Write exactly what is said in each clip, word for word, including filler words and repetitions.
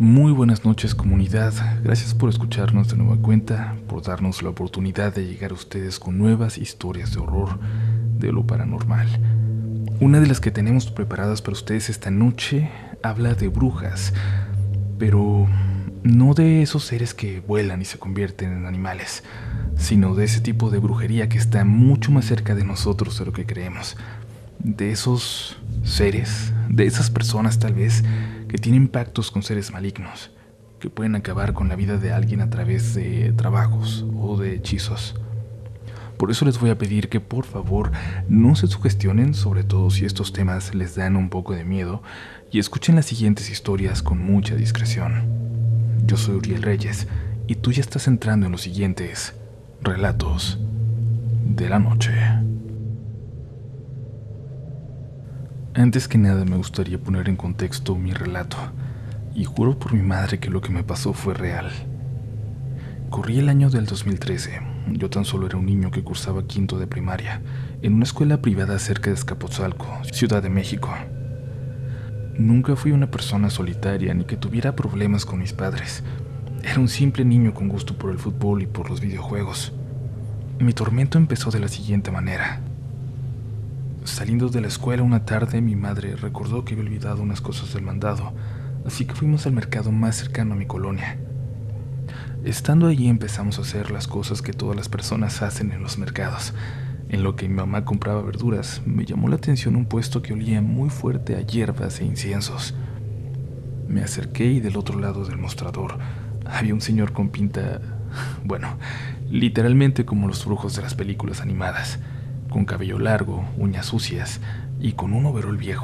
Muy buenas noches, comunidad. Gracias por escucharnos de nueva cuenta, por darnos la oportunidad de llegar a ustedes con nuevas historias de horror, de lo paranormal. Una de las que tenemos preparadas para ustedes esta noche habla de brujas, pero no de esos seres que vuelan y se convierten en animales, sino de ese tipo de brujería que está mucho más cerca de nosotros de lo que creemos. De esos seres, de esas personas tal vez, que tienen pactos con seres malignos, que pueden acabar con la vida de alguien a través de trabajos o de hechizos. Por eso les voy a pedir que por favor no se sugestionen, sobre todo si estos temas les dan un poco de miedo, y escuchen las siguientes historias con mucha discreción. Yo soy Uriel Reyes, y tú ya estás entrando en los siguientes relatos de la noche. Antes que nada me gustaría poner en contexto mi relato, y juro por mi madre que lo que me pasó fue real. Corrí el año del dos mil trece, yo tan solo era un niño que cursaba quinto de primaria, en una escuela privada cerca de Azcapotzalco, Ciudad de México. Nunca fui una persona solitaria ni que tuviera problemas con mis padres. Era un simple niño con gusto por el fútbol y por los videojuegos. Mi tormento empezó de la siguiente manera. Saliendo de la escuela una tarde, mi madre recordó que había olvidado unas cosas del mandado, así que fuimos al mercado más cercano a mi colonia. Estando allí empezamos a hacer las cosas que todas las personas hacen en los mercados. En lo que mi mamá compraba verduras, me llamó la atención un puesto que olía muy fuerte a hierbas e inciensos. Me acerqué y del otro lado del mostrador había un señor con pinta, bueno, literalmente como los brujos de las películas animadas, con cabello largo, uñas sucias y con un overol viejo.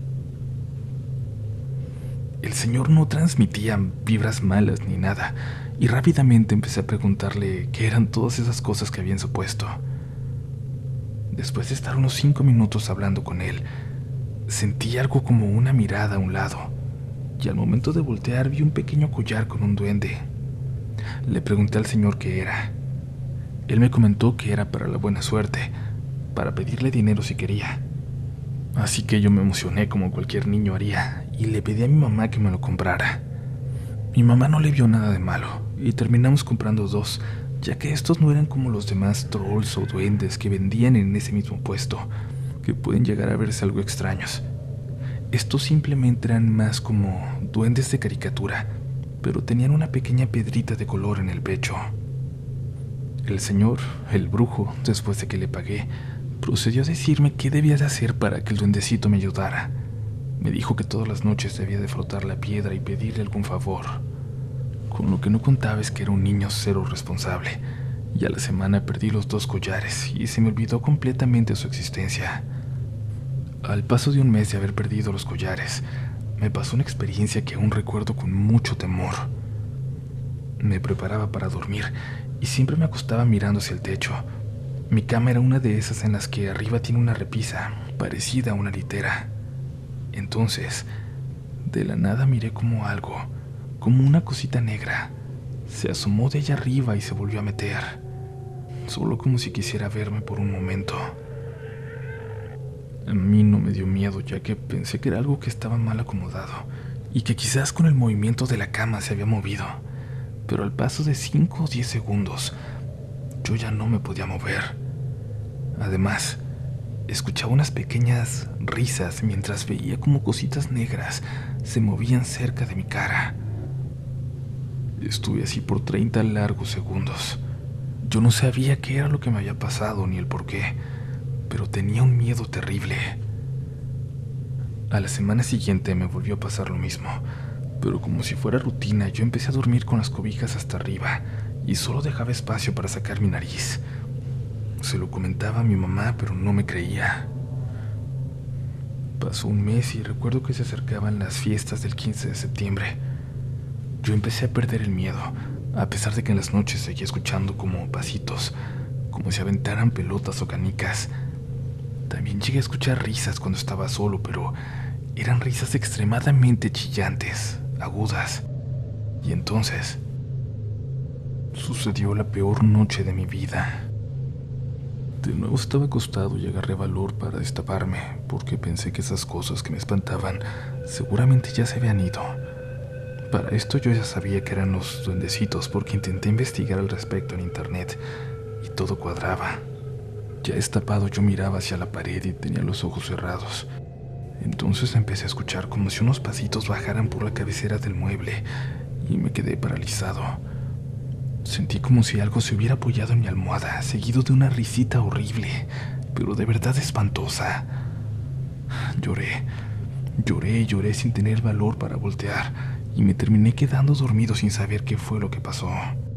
El señor no transmitía vibras malas ni nada, y rápidamente empecé a preguntarle qué eran todas esas cosas que había en su puesto. Después de estar unos cinco minutos hablando con él, sentí algo como una mirada a un lado, y al momento de voltear vi un pequeño collar con un duende. Le pregunté al señor qué era. Él me comentó que era para la buena suerte, para pedirle dinero si quería. Así que yo me emocioné como cualquier niño haría y le pedí a mi mamá que me lo comprara. Mi mamá no le vio nada de malo y terminamos comprando dos, ya que estos no eran como los demás trolls o duendes que vendían en ese mismo puesto, que pueden llegar a verse algo extraños. Estos simplemente eran más como duendes de caricatura, pero tenían una pequeña piedrita de color en el pecho. El señor, el brujo, después de que le pagué, procedió a decirme qué debía de hacer para que el duendecito me ayudara. Me dijo que todas las noches debía de frotar la piedra y pedirle algún favor. Con lo que no contaba es que era un niño cero responsable, y a la semana perdí los dos collares y se me olvidó completamente su existencia. Al paso de un mes de haber perdido los collares, me pasó una experiencia que aún recuerdo con mucho temor. Me preparaba para dormir y siempre me acostaba mirando hacia el techo. Mi cama era una de esas en las que arriba tiene una repisa, parecida a una litera. Entonces, de la nada miré como algo, como una cosita negra, se asomó de allá arriba y se volvió a meter, solo como si quisiera verme por un momento. A mí no me dio miedo, ya que pensé que era algo que estaba mal acomodado y que quizás con el movimiento de la cama se había movido, pero al paso de cinco o diez segundos, yo ya no me podía mover. Además, escuchaba unas pequeñas risas mientras veía como cositas negras se movían cerca de mi cara. Estuve así por treinta largos segundos. Yo no sabía qué era lo que me había pasado ni el por qué, pero tenía un miedo terrible. A la semana siguiente me volvió a pasar lo mismo, pero como si fuera rutina, yo empecé a dormir con las cobijas hasta arriba y solo dejaba espacio para sacar mi nariz. Se lo comentaba a mi mamá, pero no me creía. Pasó un mes y recuerdo que se acercaban las fiestas del quince de septiembre. Yo empecé a perder el miedo, a pesar de que en las noches seguía escuchando como pasitos, como si aventaran pelotas o canicas. También llegué a escuchar risas cuando estaba solo, pero eran risas extremadamente chillantes, agudas. Y entonces sucedió la peor noche de mi vida. De nuevo estaba acostado y agarré valor para destaparme, porque pensé que esas cosas que me espantaban seguramente ya se habían ido. Para esto yo ya sabía que eran los duendecitos porque intenté investigar al respecto en internet y todo cuadraba. Ya destapado yo miraba hacia la pared y tenía los ojos cerrados. Entonces empecé a escuchar como si unos pasitos bajaran por la cabecera del mueble y me quedé paralizado. Sentí como si algo se hubiera apoyado en mi almohada, seguido de una risita horrible, pero de verdad espantosa. Lloré, lloré y lloré sin tener valor para voltear y me terminé quedando dormido sin saber qué fue lo que pasó.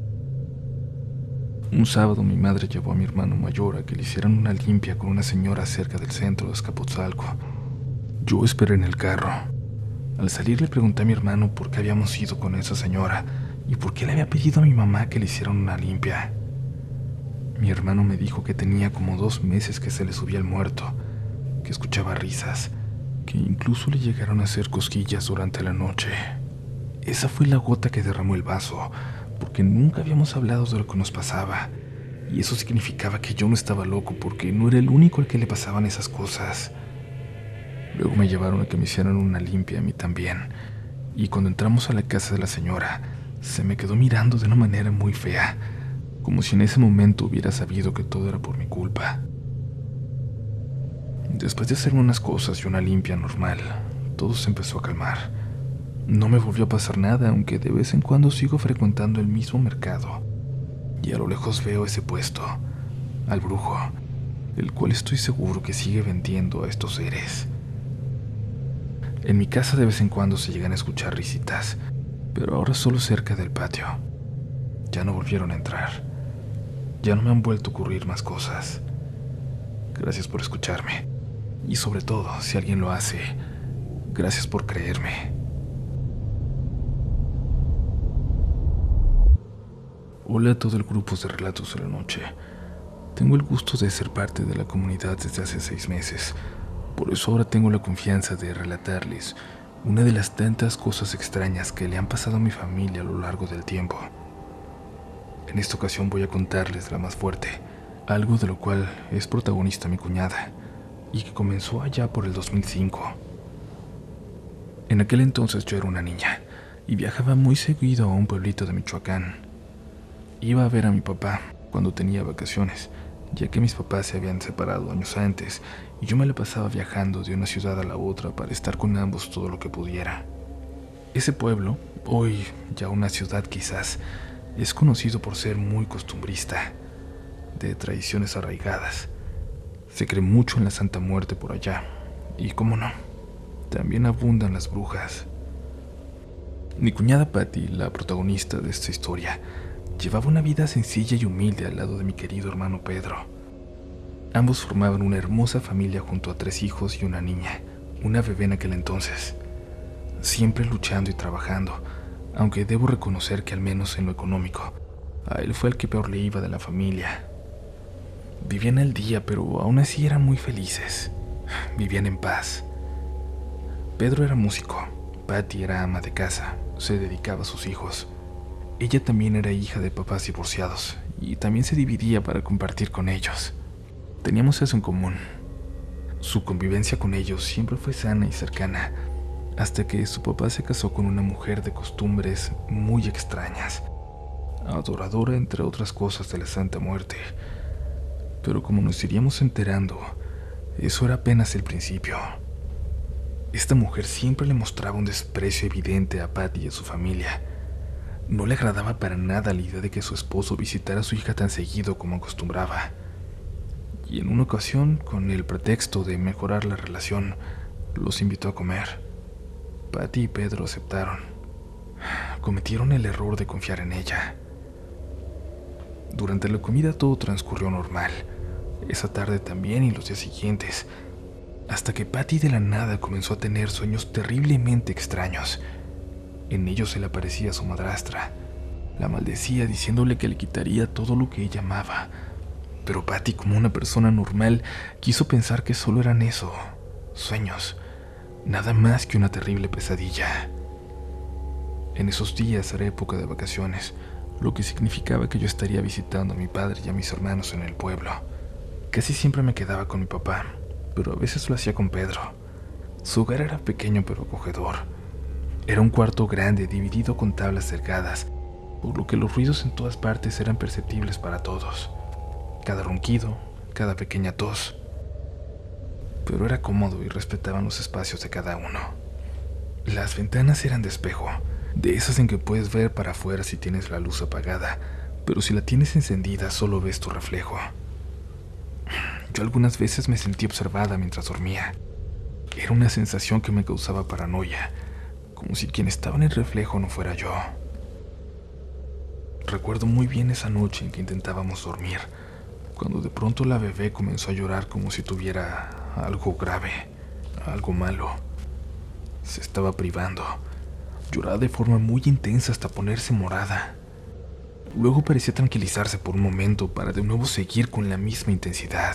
Un sábado mi madre llevó a mi hermano mayor a que le hicieran una limpia con una señora cerca del centro de Azcapotzalco. Yo esperé en el carro. Al salir le pregunté a mi hermano por qué habíamos ido con esa señora y por qué le había pedido a mi mamá que le hicieran una limpia. Mi hermano me dijo que tenía como dos meses que se le subía el muerto, que escuchaba risas, que incluso le llegaron a hacer cosquillas durante la noche. Esa fue la gota que derramó el vaso, porque nunca habíamos hablado de lo que nos pasaba, y eso significaba que yo no estaba loco porque no era el único al que le pasaban esas cosas. Luego me llevaron a que me hicieran una limpia a mí también, y cuando entramos a la casa de la señora, se me quedó mirando de una manera muy fea, como si en ese momento hubiera sabido que todo era por mi culpa. Después de hacerme unas cosas y una limpia normal, todo se empezó a calmar. No me volvió a pasar nada, aunque de vez en cuando sigo frecuentando el mismo mercado, y a lo lejos veo ese puesto, al brujo, el cual estoy seguro que sigue vendiendo a estos seres. En mi casa de vez en cuando se llegan a escuchar risitas, pero ahora solo cerca del patio. Ya no volvieron a entrar. Ya no me han vuelto a ocurrir más cosas. Gracias por escucharme. Y sobre todo, si alguien lo hace, gracias por creerme. Hola a todo el grupo de Relatos de la Noche. Tengo el gusto de ser parte de la comunidad desde hace seis meses. Por eso ahora tengo la confianza de relatarles una de las tantas cosas extrañas que le han pasado a mi familia a lo largo del tiempo. En esta ocasión voy a contarles la más fuerte, algo de lo cual es protagonista mi cuñada, y que comenzó allá por el dos mil cinco. En aquel entonces yo era una niña, y viajaba muy seguido a un pueblito de Michoacán. Iba a ver a mi papá cuando tenía vacaciones, ya que mis papás se habían separado años antes, y yo me la pasaba viajando de una ciudad a la otra para estar con ambos todo lo que pudiera. Ese pueblo, hoy ya una ciudad quizás, es conocido por ser muy costumbrista, de tradiciones arraigadas. Se cree mucho en la Santa Muerte por allá, y cómo no, también abundan las brujas. Mi cuñada Patty, la protagonista de esta historia, llevaba una vida sencilla y humilde al lado de mi querido hermano Pedro. Ambos formaban una hermosa familia junto a tres hijos y una niña, una bebé en aquel entonces, siempre luchando y trabajando, aunque debo reconocer que al menos en lo económico, a él fue el que peor le iba de la familia. Vivían al día, pero aún así eran muy felices. Vivían en paz. Pedro era músico, Patty era ama de casa, se dedicaba a sus hijos. Ella también era hija de papás divorciados y también se dividía para compartir con ellos. Teníamos eso en común. Su convivencia con ellos siempre fue sana y cercana, hasta que su papá se casó con una mujer de costumbres muy extrañas, adoradora entre otras cosas de la Santa Muerte. Pero como nos iríamos enterando, eso era apenas el principio. Esta mujer siempre le mostraba un desprecio evidente a Patty y a su familia. No le agradaba para nada la idea de que su esposo visitara a su hija tan seguido como acostumbraba. Y en una ocasión, con el pretexto de mejorar la relación, los invitó a comer. Patty y Pedro aceptaron. Cometieron el error de confiar en ella. Durante la comida todo transcurrió normal, esa tarde también y los días siguientes, hasta que Patty de la nada comenzó a tener sueños terriblemente extraños. En ellos se le aparecía su madrastra. La maldecía diciéndole que le quitaría todo lo que ella amaba. Pero Patty, como una persona normal, quiso pensar que solo eran eso, sueños, nada más que una terrible pesadilla. En esos días era época de vacaciones, lo que significaba que yo estaría visitando a mi padre y a mis hermanos en el pueblo. Casi siempre me quedaba con mi papá, pero a veces lo hacía con Pedro. Su hogar era pequeño pero acogedor. Era un cuarto grande dividido con tablas delgadas, por lo que los ruidos en todas partes eran perceptibles para todos. Cada ronquido, cada pequeña tos. Pero era cómodo y respetaban los espacios de cada uno. Las ventanas eran de espejo, de esas en que puedes ver para afuera si tienes la luz apagada, pero si la tienes encendida solo ves tu reflejo. Yo algunas veces me sentí observada mientras dormía. Era una sensación que me causaba paranoia, como si quien estaba en el reflejo no fuera yo. Recuerdo muy bien esa noche en que intentábamos dormir, cuando de pronto la bebé comenzó a llorar como si tuviera algo grave, algo malo. Se estaba privando. Lloraba de forma muy intensa hasta ponerse morada. Luego parecía tranquilizarse por un momento para de nuevo seguir con la misma intensidad.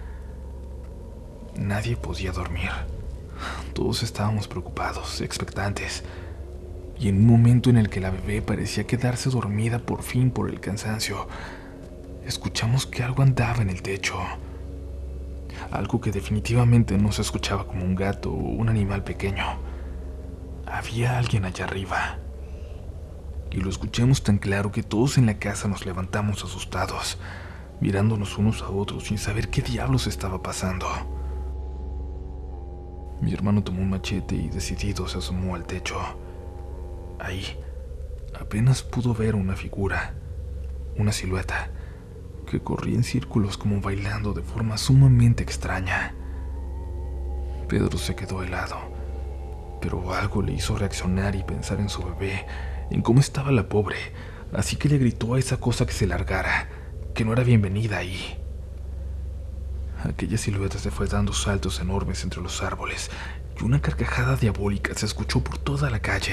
Nadie podía dormir. Todos estábamos preocupados, expectantes. Y en un momento en el que la bebé parecía quedarse dormida por fin por el cansancio, escuchamos que algo andaba en el techo. Algo que definitivamente no se escuchaba como un gato o un animal pequeño. Había alguien allá arriba. Y lo escuchamos tan claro que todos en la casa nos levantamos asustados, mirándonos unos a otros sin saber qué diablos estaba pasando. Mi hermano tomó un machete y decidido se asomó al techo. Ahí, apenas pudo ver una figura, una silueta, que corría en círculos como bailando de forma sumamente extraña. Pedro se quedó helado, pero algo le hizo reaccionar y pensar en su bebé, en cómo estaba la pobre, así que le gritó a esa cosa que se largara, que no era bienvenida ahí. Aquella silueta se fue dando saltos enormes entre los árboles, y una carcajada diabólica se escuchó por toda la calle.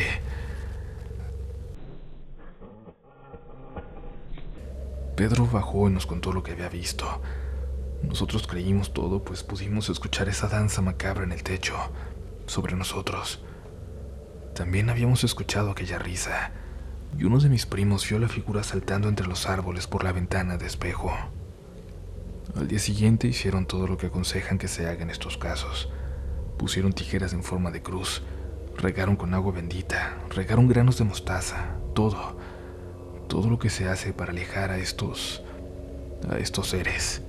Pedro bajó y nos contó lo que había visto. Nosotros creímos todo, pues pudimos escuchar esa danza macabra en el techo, sobre nosotros. También habíamos escuchado aquella risa, y uno de mis primos vio la figura saltando entre los árboles por la ventana de espejo. Al día siguiente hicieron todo lo que aconsejan que se haga en estos casos. Pusieron tijeras en forma de cruz, regaron con agua bendita, regaron granos de mostaza, todo, todo lo que se hace para alejar a estos, a estos seres.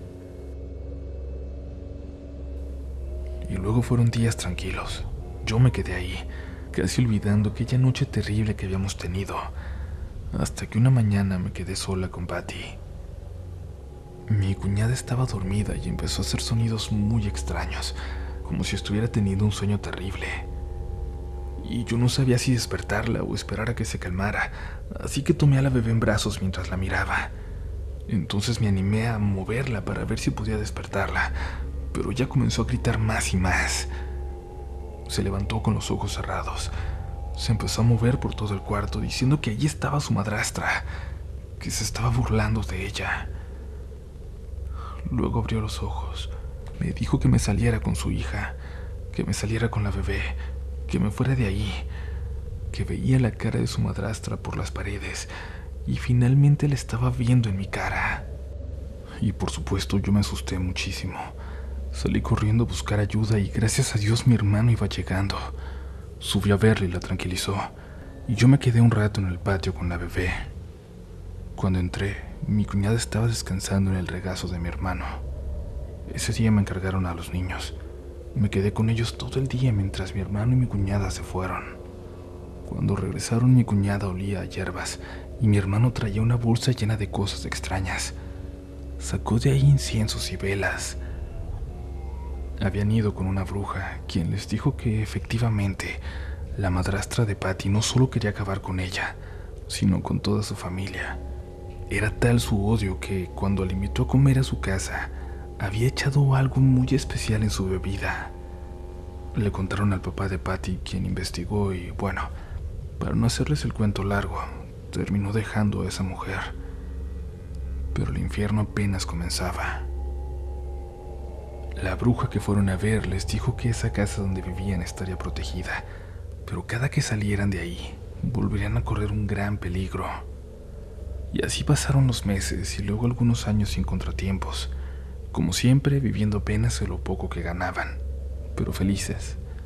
Y luego fueron días tranquilos. Yo me quedé ahí, casi olvidando aquella noche terrible que habíamos tenido, hasta que una mañana me quedé sola con Patty. Mi cuñada estaba dormida y empezó a hacer sonidos muy extraños, como si estuviera teniendo un sueño terrible. Y yo no sabía si despertarla o esperar a que se calmara, así que tomé a la bebé en brazos mientras la miraba. Entonces me animé a moverla para ver si podía despertarla, pero ya comenzó a gritar más y más. Se levantó con los ojos cerrados. Se empezó a mover por todo el cuarto diciendo que allí estaba su madrastra, que se estaba burlando de ella. Luego abrió los ojos. Me dijo que me saliera con su hija, que me saliera con la bebé, que me fuera de ahí, que veía la cara de su madrastra por las paredes y finalmente la estaba viendo en mi cara. Y por supuesto yo me asusté muchísimo. Salí corriendo a buscar ayuda y gracias a Dios mi hermano iba llegando. Subió a verla y la tranquilizó, y yo me quedé un rato en el patio con la bebé. Cuando entré, mi cuñada estaba descansando en el regazo de mi hermano. Ese día me encargaron a los niños. Me quedé con ellos todo el día mientras mi hermano y mi cuñada se fueron. Cuando regresaron, mi cuñada olía a hierbas y mi hermano traía una bolsa llena de cosas extrañas. Sacó de ahí inciensos y velas. Habían ido con una bruja, quien les dijo que efectivamente la madrastra de Patty no solo quería acabar con ella, sino con toda su familia. Era tal su odio que cuando la invitó a comer a su casa, había echado algo muy especial en su bebida. Le contaron al papá de Patty, quien investigó y, bueno, para no hacerles el cuento largo, terminó dejando a esa mujer. Pero el infierno apenas comenzaba. La bruja que fueron a ver les dijo que esa casa donde vivían estaría protegida, pero cada que salieran de ahí, volverían a correr un gran peligro. Y así pasaron los meses y luego algunos años sin contratiempos, como siempre viviendo apenas de lo poco que ganaban, pero felices.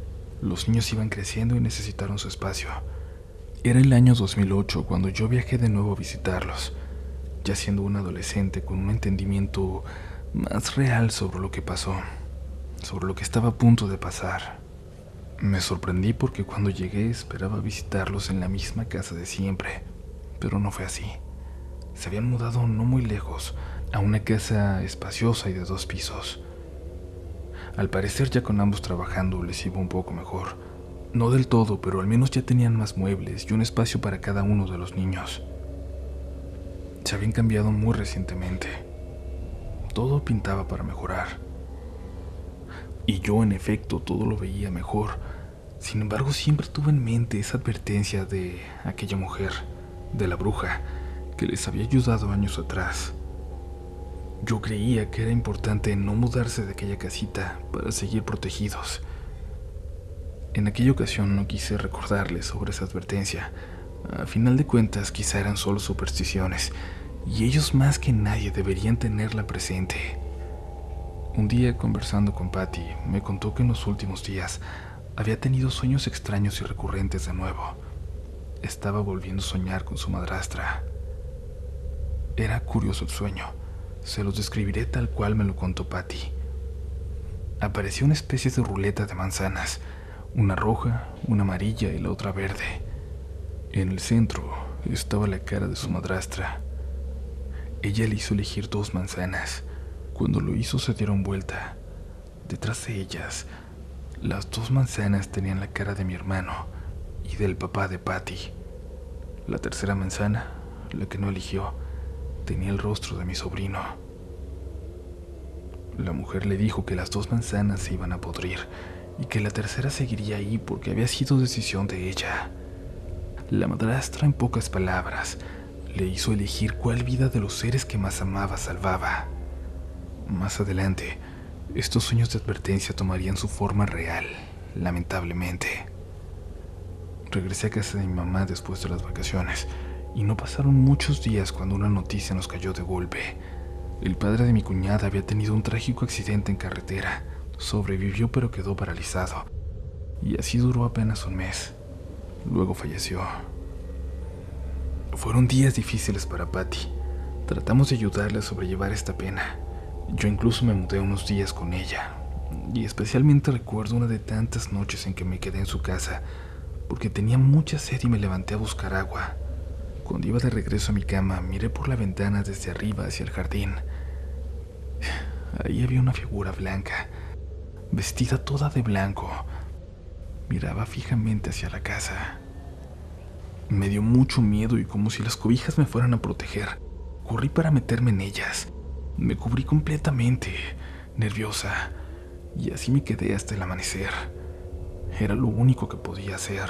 Los niños iban creciendo y necesitaron su espacio. Era el año dos mil ocho cuando yo viajé de nuevo a visitarlos, ya siendo un adolescente con un entendimiento más real sobre lo que pasó, sobre lo que estaba a punto de pasar. Me sorprendí porque cuando llegué esperaba visitarlos en la misma casa de siempre, pero no fue así. Se habían mudado no muy lejos, a una casa espaciosa y de dos pisos. Al parecer, ya con ambos trabajando les iba un poco mejor. No del todo, pero al menos ya tenían más muebles y un espacio para cada uno de los niños. Se habían cambiado muy recientemente. Todo pintaba para mejorar. Y yo, en efecto, todo lo veía mejor. Sin embargo, siempre tuve en mente esa advertencia de aquella mujer, de la bruja, que les había ayudado años atrás. Yo creía que era importante no mudarse de aquella casita para seguir protegidos. En aquella ocasión no quise recordarles sobre esa advertencia. A final de cuentas, quizá eran solo supersticiones, y ellos más que nadie deberían tenerla presente. Un día, conversando con Patty, me contó que en los últimos días había tenido sueños extraños y recurrentes de nuevo. Estaba volviendo a soñar con su madrastra. Era curioso el sueño. Se los describiré tal cual me lo contó Patty. Apareció una especie de ruleta de manzanas, una roja, una amarilla y la otra verde. En el centro estaba la cara de su madrastra. Ella le hizo elegir dos manzanas. Cuando lo hizo se dieron vuelta. Detrás de ellas, las dos manzanas tenían la cara de mi hermano y del papá de Patty. La tercera manzana, la que no eligió, tenía el rostro de mi sobrino. La mujer le dijo que las dos manzanas se iban a podrir y que la tercera seguiría ahí porque había sido decisión de ella. La madrastra, en pocas palabras, le hizo elegir cuál vida de los seres que más amaba salvaba. Más adelante, estos sueños de advertencia tomarían su forma real, lamentablemente. Regresé a casa de mi mamá después de las vacaciones y no pasaron muchos días cuando una noticia nos cayó de golpe. El padre de mi cuñada había tenido un trágico accidente en carretera. Sobrevivió pero quedó paralizado, y así duró apenas un mes. Luego falleció. Fueron días difíciles para Patty. Tratamos de ayudarle a sobrellevar esta pena. Yo incluso me mudé unos días con ella, y especialmente recuerdo una de tantas noches en que me quedé en su casa porque tenía mucha sed y me levanté a buscar agua. Cuando iba de regreso a mi cama, miré por la ventana desde arriba hacia el jardín. Ahí había una figura blanca, vestida toda de blanco. Miraba fijamente hacia la casa. Me dio mucho miedo y como si las cobijas me fueran a proteger, corrí para meterme en ellas. Me cubrí completamente, nerviosa, y así me quedé hasta el amanecer. Era lo único que podía hacer.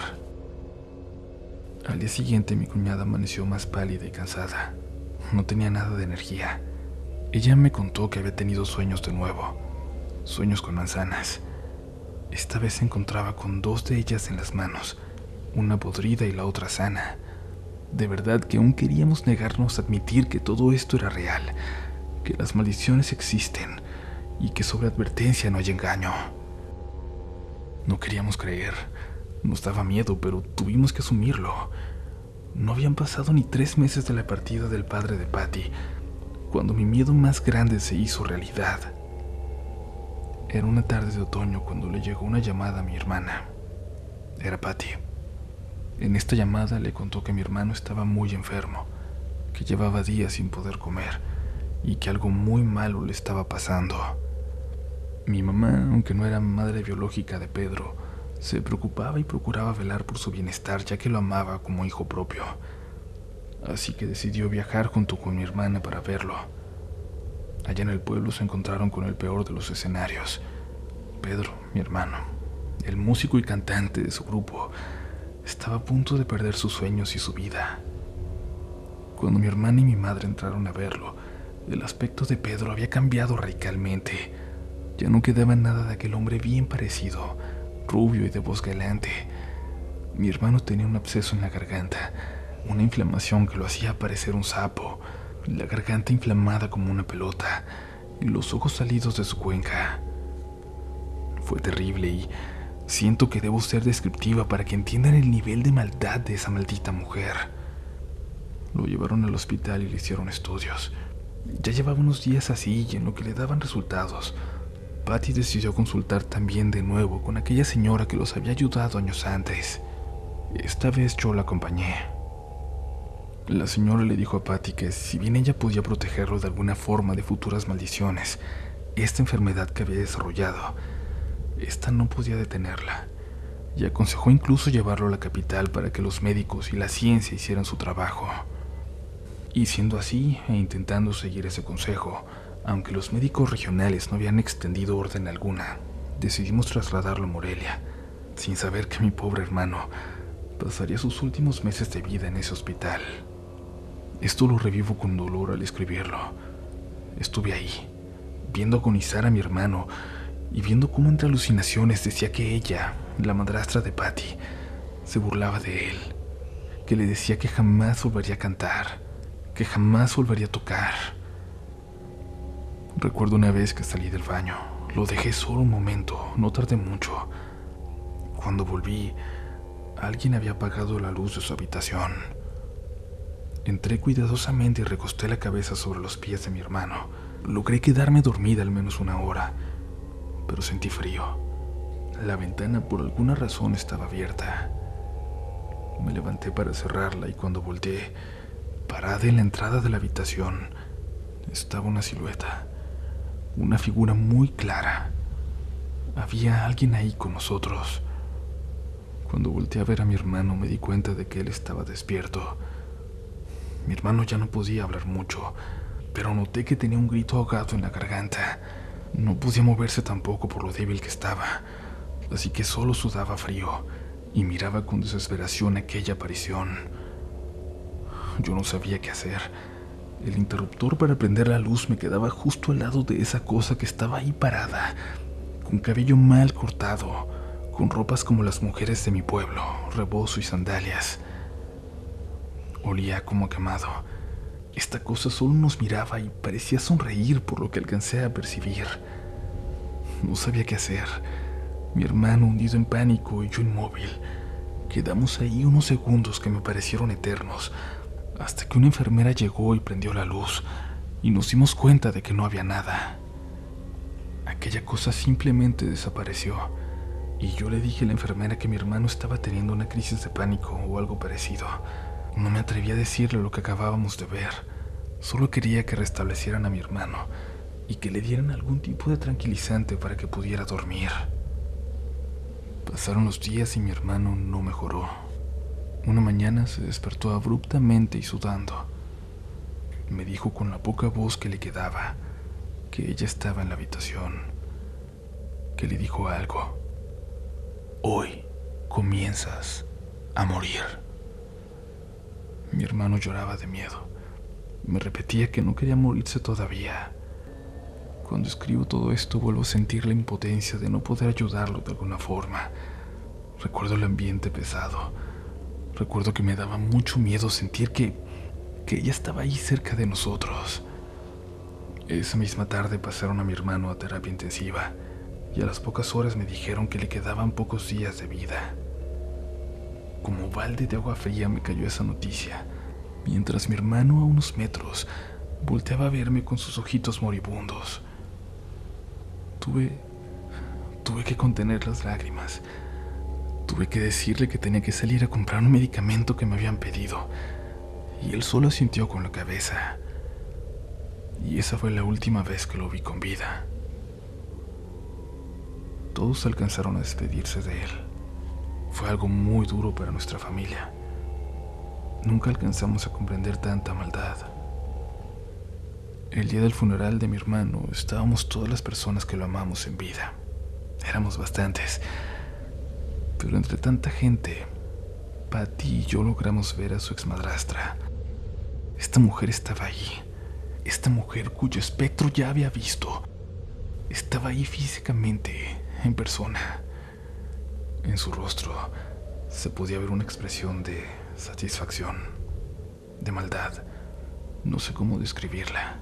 Al día siguiente mi cuñada amaneció más pálida y cansada. No tenía nada de energía. Ella me contó que había tenido sueños de nuevo, sueños con manzanas. Esta vez se encontraba con dos de ellas en las manos, una podrida y la otra sana. De verdad que aún queríamos negarnos a admitir que todo esto era real, que las maldiciones existen y que sobre advertencia no hay engaño. No queríamos creer, nos daba miedo, pero tuvimos que asumirlo. No habían pasado ni tres meses de la partida del padre de Patty, cuando mi miedo más grande se hizo realidad. Era una tarde de otoño cuando le llegó una llamada a mi hermana. Era Patty. En esta llamada le contó que mi hermano estaba muy enfermo, que llevaba días sin poder comer y que algo muy malo le estaba pasando. Mi mamá, aunque no era madre biológica de Pedro, se preocupaba y procuraba velar por su bienestar, ya que lo amaba como hijo propio. Así que decidió viajar junto con mi hermana para verlo. Allá en el pueblo se encontraron con el peor de los escenarios. Pedro, mi hermano, el músico y cantante de su grupo, estaba a punto de perder sus sueños y su vida. Cuando mi hermana y mi madre entraron a verlo, el aspecto de Pedro había cambiado radicalmente. Ya no quedaba nada de aquel hombre bien parecido, rubio y de voz galante. Mi hermano tenía un absceso en la garganta, una inflamación que lo hacía parecer un sapo, la garganta inflamada como una pelota y los ojos salidos de su cuenca. Fue terrible y Siento que debo ser descriptiva para que entiendan el nivel de maldad de esa maldita mujer. Lo llevaron al hospital y le hicieron estudios. Ya llevaba unos días así y en lo que le daban resultados, Patty decidió consultar también de nuevo con aquella señora que los había ayudado años antes. Esta vez yo la acompañé. La señora le dijo a Patty que si bien ella podía protegerlo de alguna forma de futuras maldiciones, esta enfermedad que había desarrollado, esta no podía detenerla, y aconsejó incluso llevarlo a la capital para que los médicos y la ciencia hicieran su trabajo. Y siendo así, e intentando seguir ese consejo, aunque los médicos regionales no habían extendido orden alguna, decidimos trasladarlo a Morelia, sin saber que mi pobre hermano pasaría sus últimos meses de vida en ese hospital. Esto lo revivo con dolor al escribirlo. Estuve ahí, viendo agonizar a mi hermano y viendo cómo entre alucinaciones decía que ella, la madrastra de Patty, se burlaba de él, que le decía que jamás volvería a cantar, que jamás volvería a tocar. Recuerdo una vez que salí del baño, lo dejé solo un momento, no tardé mucho. Cuando volví, alguien había apagado la luz de su habitación. Entré cuidadosamente y recosté la cabeza sobre los pies de mi hermano. Logré quedarme dormida al menos una hora, pero sentí frío. La ventana por alguna razón estaba abierta. Me levanté para cerrarla y cuando volteé, parada en la entrada de la habitación, estaba una silueta, una figura muy clara. Había alguien ahí con nosotros. Cuando volteé a ver a mi hermano me di cuenta de que él estaba despierto. Mi hermano ya no podía hablar mucho, pero noté que tenía un grito ahogado en la garganta. No podía moverse tampoco por lo débil que estaba, así que solo sudaba frío y miraba con desesperación aquella aparición. Yo no sabía qué hacer. El interruptor para prender la luz me quedaba justo al lado de esa cosa que estaba ahí parada, con cabello mal cortado, con ropas como las mujeres de mi pueblo, rebozo y sandalias. Olía como quemado. Esta cosa solo nos miraba y parecía sonreír por lo que alcancé a percibir. No sabía qué hacer. Mi hermano hundido en pánico y yo inmóvil. Quedamos ahí unos segundos que me parecieron eternos, hasta que una enfermera llegó y prendió la luz, y nos dimos cuenta de que no había nada. Aquella cosa simplemente desapareció, y yo le dije a la enfermera que mi hermano estaba teniendo una crisis de pánico o algo parecido. No me atreví a decirle lo que acabábamos de ver. Solo quería que restablecieran a mi hermano y que le dieran algún tipo de tranquilizante para que pudiera dormir. Pasaron los días y mi hermano no mejoró. Una mañana se despertó abruptamente y sudando. Me dijo con la poca voz que le quedaba que ella estaba en la habitación, que le dijo algo. Hoy comienzas a morir. Mi hermano lloraba de miedo. Me repetía que no quería morirse todavía. Cuando escribo todo esto vuelvo a sentir la impotencia de no poder ayudarlo de alguna forma. Recuerdo el ambiente pesado. Recuerdo que me daba mucho miedo sentir que, que ella estaba ahí cerca de nosotros. Esa misma tarde pasaron a mi hermano a terapia intensiva y a las pocas horas me dijeron que le quedaban pocos días de vida. Como balde de agua fría me cayó esa noticia, mientras mi hermano a unos metros volteaba a verme con sus ojitos moribundos. Tuve... tuve que contener las lágrimas. Tuve que decirle que tenía que salir a comprar un medicamento que me habían pedido, y él solo asintió con la cabeza. Y esa fue la última vez que lo vi con vida. Todos alcanzaron a despedirse de él. Fue algo muy duro para nuestra familia. Nunca alcanzamos a comprender tanta maldad. El día del funeral de mi hermano estábamos todas las personas que lo amamos en vida. Éramos bastantes. Pero entre tanta gente, Patty y yo logramos ver a su exmadrastra. Esta mujer estaba ahí. Esta mujer cuyo espectro ya había visto. Estaba ahí físicamente, en persona. En su rostro se podía ver una expresión de satisfacción, de maldad. No sé cómo describirla.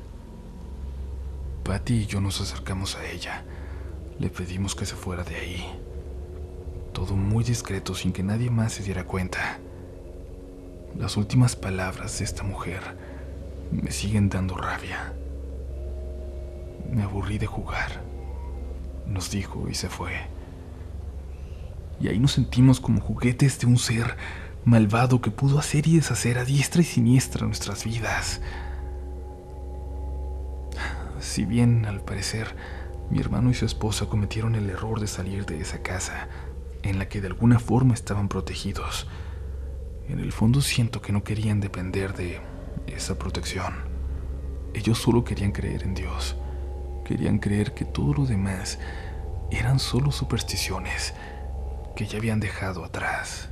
Patty y yo nos acercamos a ella. Le pedimos que se fuera de ahí. todo muy discreto sin que nadie más se diera cuenta. Las últimas palabras de esta mujer me siguen dando rabia. Me aburrí de jugar, nos dijo y se fue. Y ahí nos sentimos como juguetes de un ser malvado que pudo hacer y deshacer a diestra y siniestra nuestras vidas. Si bien, al parecer, mi hermano y su esposa cometieron el error de salir de esa casa, en la que de alguna forma estaban protegidos, en el fondo siento que no querían depender de esa protección. Ellos solo querían creer en Dios. Querían creer que todo lo demás eran solo supersticiones que ya habían dejado atrás.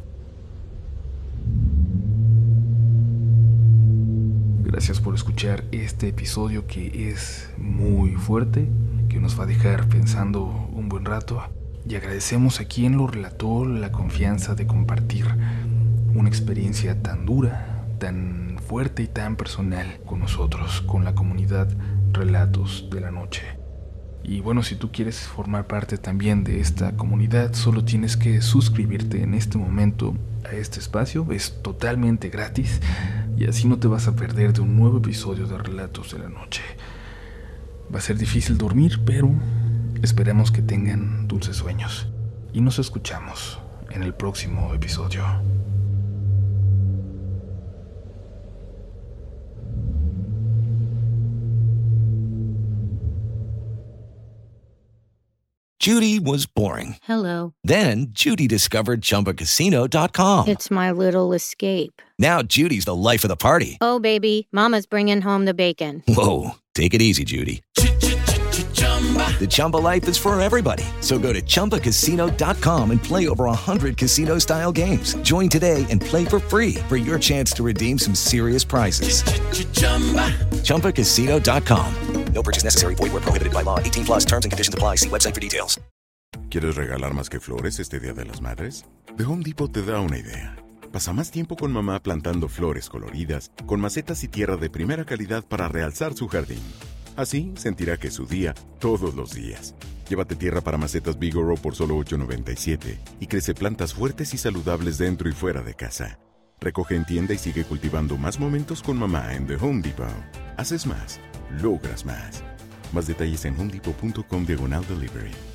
Gracias por escuchar este episodio que es muy fuerte, que nos va a dejar pensando un buen rato. Y agradecemos a quien lo relató la confianza de compartir una experiencia tan dura, tan fuerte y tan personal con nosotros, con la comunidad Relatos de la Noche. Y bueno, si tú quieres formar parte también de esta comunidad, solo tienes que suscribirte en este momento a este espacio. Es totalmente gratis y así no te vas a perder de un nuevo episodio de Relatos de la Noche. Va a ser difícil dormir, pero esperemos que tengan dulces sueños. Y nos escuchamos en el próximo episodio. Judy was boring. Hello. Then Judy discovered Chumba Casino dot com. It's my little escape. Now Judy's the life of the party. Oh, baby, mama's bringing home the bacon. Whoa, take it easy, Judy. The Chumba life is for everybody. So go to Chumba Casino dot com and play over one hundred casino-style games. Join today and play for free for your chance to redeem some serious prizes. Chumba Casino dot com. No purchase necessary. Void where prohibited by law. eighteen plus terms and conditions apply. See website for details. ¿Quieres regalar más que flores este Día de las Madres? The Home Depot te da una idea. Pasa más tiempo con mamá plantando flores coloridas, con macetas y tierra de primera calidad para realzar su jardín. Así sentirá que es su día todos los días. Llévate tierra para macetas Bigoro por solo ocho noventa y siete y crece plantas fuertes y saludables dentro y fuera de casa. Recoge en tienda y sigue cultivando más momentos con mamá en The Home Depot. Haces más, logras más. Más detalles en homedepot punto com diagonal delivery.